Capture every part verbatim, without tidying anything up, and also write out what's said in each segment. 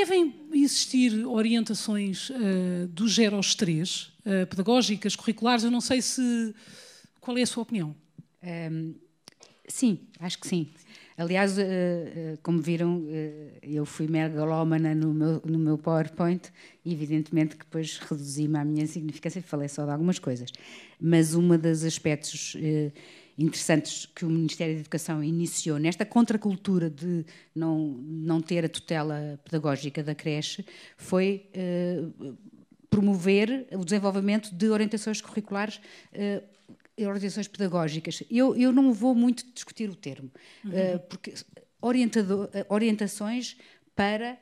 devem existir orientações uh, do zero aos três, uh, pedagógicas, curriculares? Eu não sei se... Qual é a sua opinião? Um, sim, acho que sim. Aliás, uh, uh, como viram, uh, eu fui megalómana no meu, no meu PowerPoint e evidentemente que depois reduzi-me à minha insignificância e falei só de algumas coisas. Mas um dos aspectos uh, interessantes que o Ministério da Educação iniciou nesta contracultura de não, não ter a tutela pedagógica da creche foi uh, promover o desenvolvimento de orientações curriculares uh, orientações pedagógicas. Eu, eu não vou muito discutir o termo, uhum. uh, porque orientador, orientações para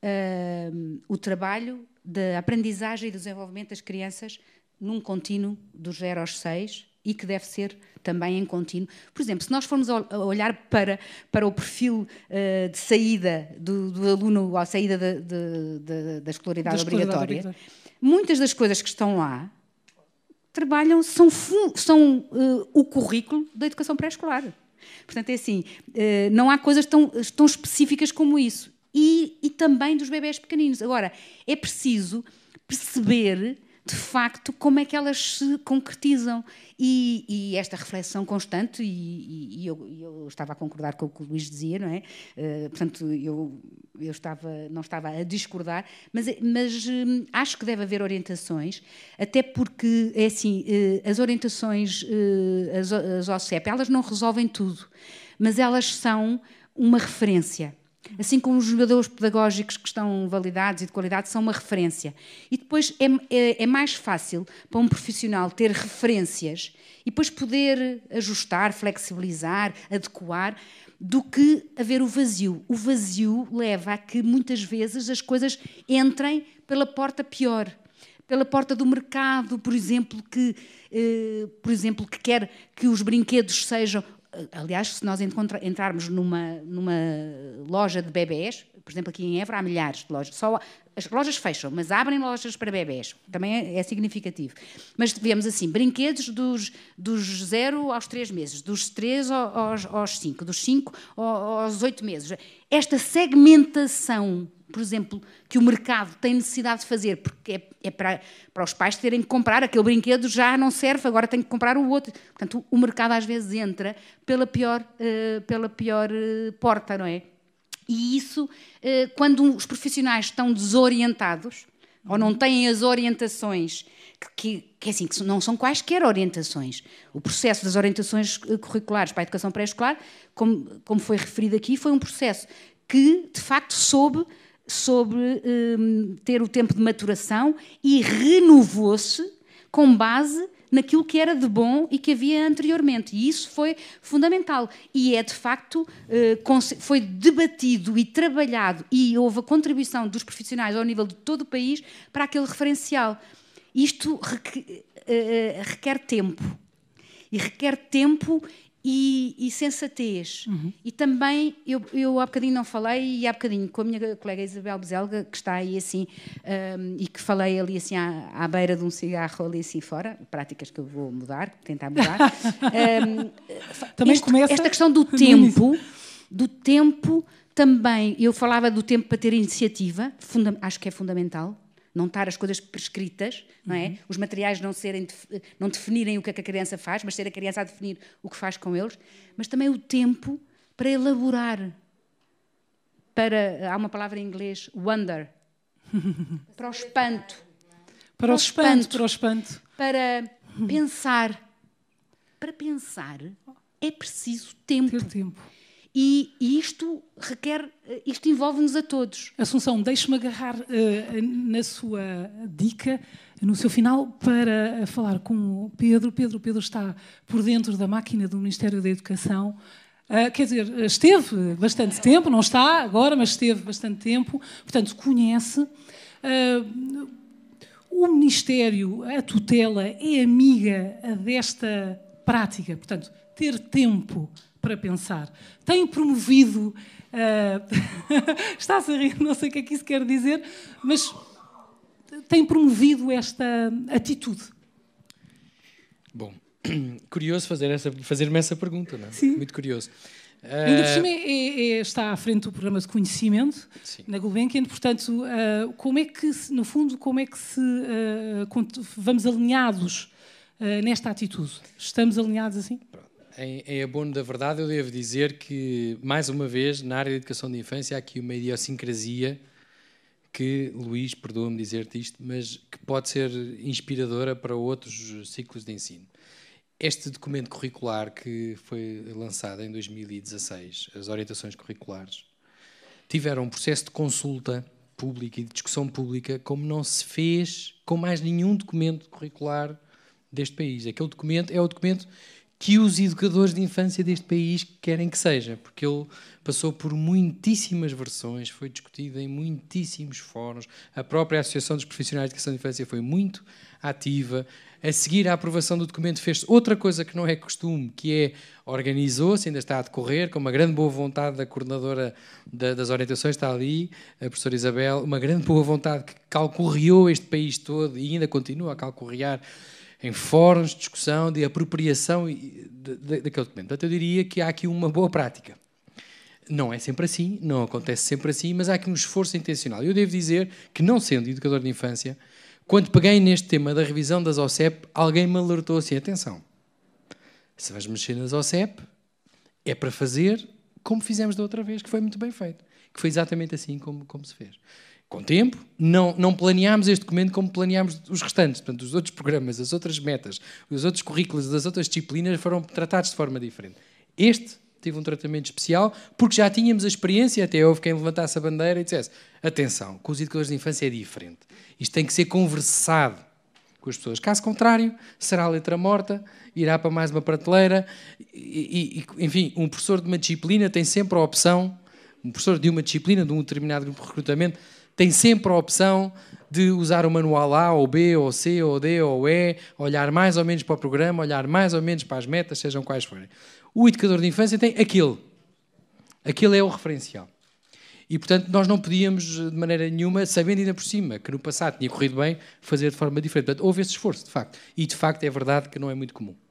uh, o trabalho da aprendizagem e do desenvolvimento das crianças num contínuo dos zero aos seis e que deve ser também em contínuo. Por exemplo, se nós formos a olhar para, para o perfil uh, de saída do, do aluno à saída de, de, de, da escolaridade da obrigatória, escolaridade. muitas das coisas que estão lá trabalham, são, são uh, o currículo da educação pré-escolar. Portanto, é assim, uh, não há coisas tão, tão específicas como isso. E, e também dos bebés pequeninos. Agora, é preciso perceber, de facto, como é que elas se concretizam. E, e esta reflexão constante, e, e eu, eu estava a concordar com o que o Luís dizia, não é? Uh, portanto, eu, eu estava, não estava a discordar, mas, mas um, acho que deve haver orientações, até porque, é assim, uh, as orientações, uh, as, as O C E P, elas não resolvem tudo, mas elas são uma referência. Assim como os jogadores pedagógicos que estão validados e de qualidade são uma referência. E depois é, é, é mais fácil para um profissional ter referências e depois poder ajustar, flexibilizar, adequar, do que haver o vazio. O vazio leva a que muitas vezes as coisas entrem pela porta pior. Pela porta do mercado, por exemplo, que, eh, por exemplo, que quer que os brinquedos sejam... Aliás, se nós entrarmos numa, numa loja de bebés, por exemplo, aqui em Évora há milhares de lojas, só, as lojas fecham, mas abrem lojas para bebés, também é, é significativo. Mas vemos assim, brinquedos dos, dos zero aos três meses, dos três aos, aos cinco, dos cinco aos oito meses. Esta segmentação, por exemplo, que o mercado tem necessidade de fazer, porque é, é para, para os pais terem que comprar aquele brinquedo, já não serve, agora tem que comprar o outro. Portanto, o mercado às vezes entra pela pior, uh, pela pior uh, porta, não é? E isso, uh, quando os profissionais estão desorientados, ou não têm as orientações, que, que, que, assim, que não são quaisquer orientações. O processo das orientações curriculares para a educação pré-escolar, como, como foi referido aqui, foi um processo que, de facto, soube sobre um, ter o tempo de maturação e renovou-se com base naquilo que era de bom e que havia anteriormente. E isso foi fundamental. E é, de facto, uh, foi debatido e trabalhado e houve a contribuição dos profissionais ao nível de todo o país para aquele referencial. Isto requer, uh, requer tempo. E requer tempo E, e sensatez. Uhum. E também, eu, eu há bocadinho não falei, e há bocadinho com a minha colega Isabel Bezelga, que está aí assim, um, e que falei ali assim à, à beira de um cigarro ali assim fora, práticas que eu vou mudar, tentar mudar. um, também este, começa esta questão do tempo, do tempo também, eu falava do tempo para ter iniciativa, funda, acho que é fundamental. Não estar as coisas prescritas, não é? Uhum. Os materiais não, serem, não definirem o que, é que a criança faz, mas ser a criança a definir o que faz com eles, mas também o tempo para elaborar. Para, há uma palavra em inglês, wonder, para o espanto. Para, para o espanto, espanto, para o espanto. Para pensar. Para pensar é preciso tempo. Ter tempo. E, e isto requer, isto envolve-nos a todos. Assunção, deixe-me agarrar uh, na sua dica, no seu final, para falar com o Pedro. Pedro, Pedro está por dentro da máquina do Ministério da Educação. Uh, quer dizer, esteve bastante tempo, não está agora, mas esteve bastante tempo, portanto, conhece. Uh, o Ministério, a tutela, é amiga desta prática, portanto, ter tempo para pensar. Tem promovido... Uh, está-se a rir, não sei o que é que isso quer dizer, mas tem promovido esta atitude. Bom, curioso fazer essa, fazer-me essa pergunta, não é? Sim. Muito curioso. Ainda por cima é, é, está à frente do programa de conhecimento, Sim. na Gulbenkian, portanto, uh, como é que, no fundo, como é que se uh, vamos alinhados uh, nesta atitude? Estamos alinhados assim? Em, em abono da verdade, eu devo dizer que, mais uma vez, na área da educação de infância, há aqui uma idiosincrasia que, Luís, perdoa-me dizer-te isto, mas que pode ser inspiradora para outros ciclos de ensino. Este documento curricular que foi lançado em dois mil e dezasseis, as orientações curriculares, tiveram um processo de consulta pública e de discussão pública como não se fez com mais nenhum documento curricular deste país. Aquele documento é o documento que os educadores de infância deste país querem que seja, porque ele passou por muitíssimas versões, foi discutido em muitíssimos fóruns, a própria Associação dos Profissionais de Educação de Infância foi muito ativa. A seguir à aprovação do documento fez outra coisa que não é costume, que é organizou-se, ainda está a decorrer, com uma grande boa vontade da coordenadora da, das orientações, está ali, a professora Isabel, uma grande boa vontade que calcorreou este país todo e ainda continua a calcorrear em fóruns de discussão, de apropriação daquele documento. Portanto, eu diria que há aqui uma boa prática. Não é sempre assim, não acontece sempre assim, mas há aqui um esforço intencional. Eu devo dizer que, não sendo educador de infância, quando peguei neste tema da revisão das O C E P, alguém me alertou assim, atenção, se vais mexer nas O C E P, é para fazer como fizemos da outra vez, que foi muito bem feito, que foi exatamente assim como, como se fez. Com tempo, não, não planeámos este documento como planeámos os restantes. Portanto, os outros programas, as outras metas, os outros currículos, as outras disciplinas foram tratados de forma diferente. Este teve um tratamento especial porque já tínhamos a experiência, até houve quem levantasse a bandeira e dissesse atenção, com os educadores de infância é diferente. Isto tem que ser conversado com as pessoas. Caso contrário, será a letra morta, irá para mais uma prateleira e, e, enfim, um professor de uma disciplina tem sempre a opção, um professor de uma disciplina, de um determinado grupo de recrutamento, tem sempre a opção de usar o manual A, ou B, ou C, ou D, ou E, olhar mais ou menos para o programa, olhar mais ou menos para as metas, sejam quais forem. O educador de infância tem aquele. Aquele é o referencial. E, portanto, nós não podíamos, de maneira nenhuma, sabendo ainda por cima que no passado tinha corrido bem, fazer de forma diferente. Portanto, houve esse esforço, de facto. E, de facto, é verdade que não é muito comum.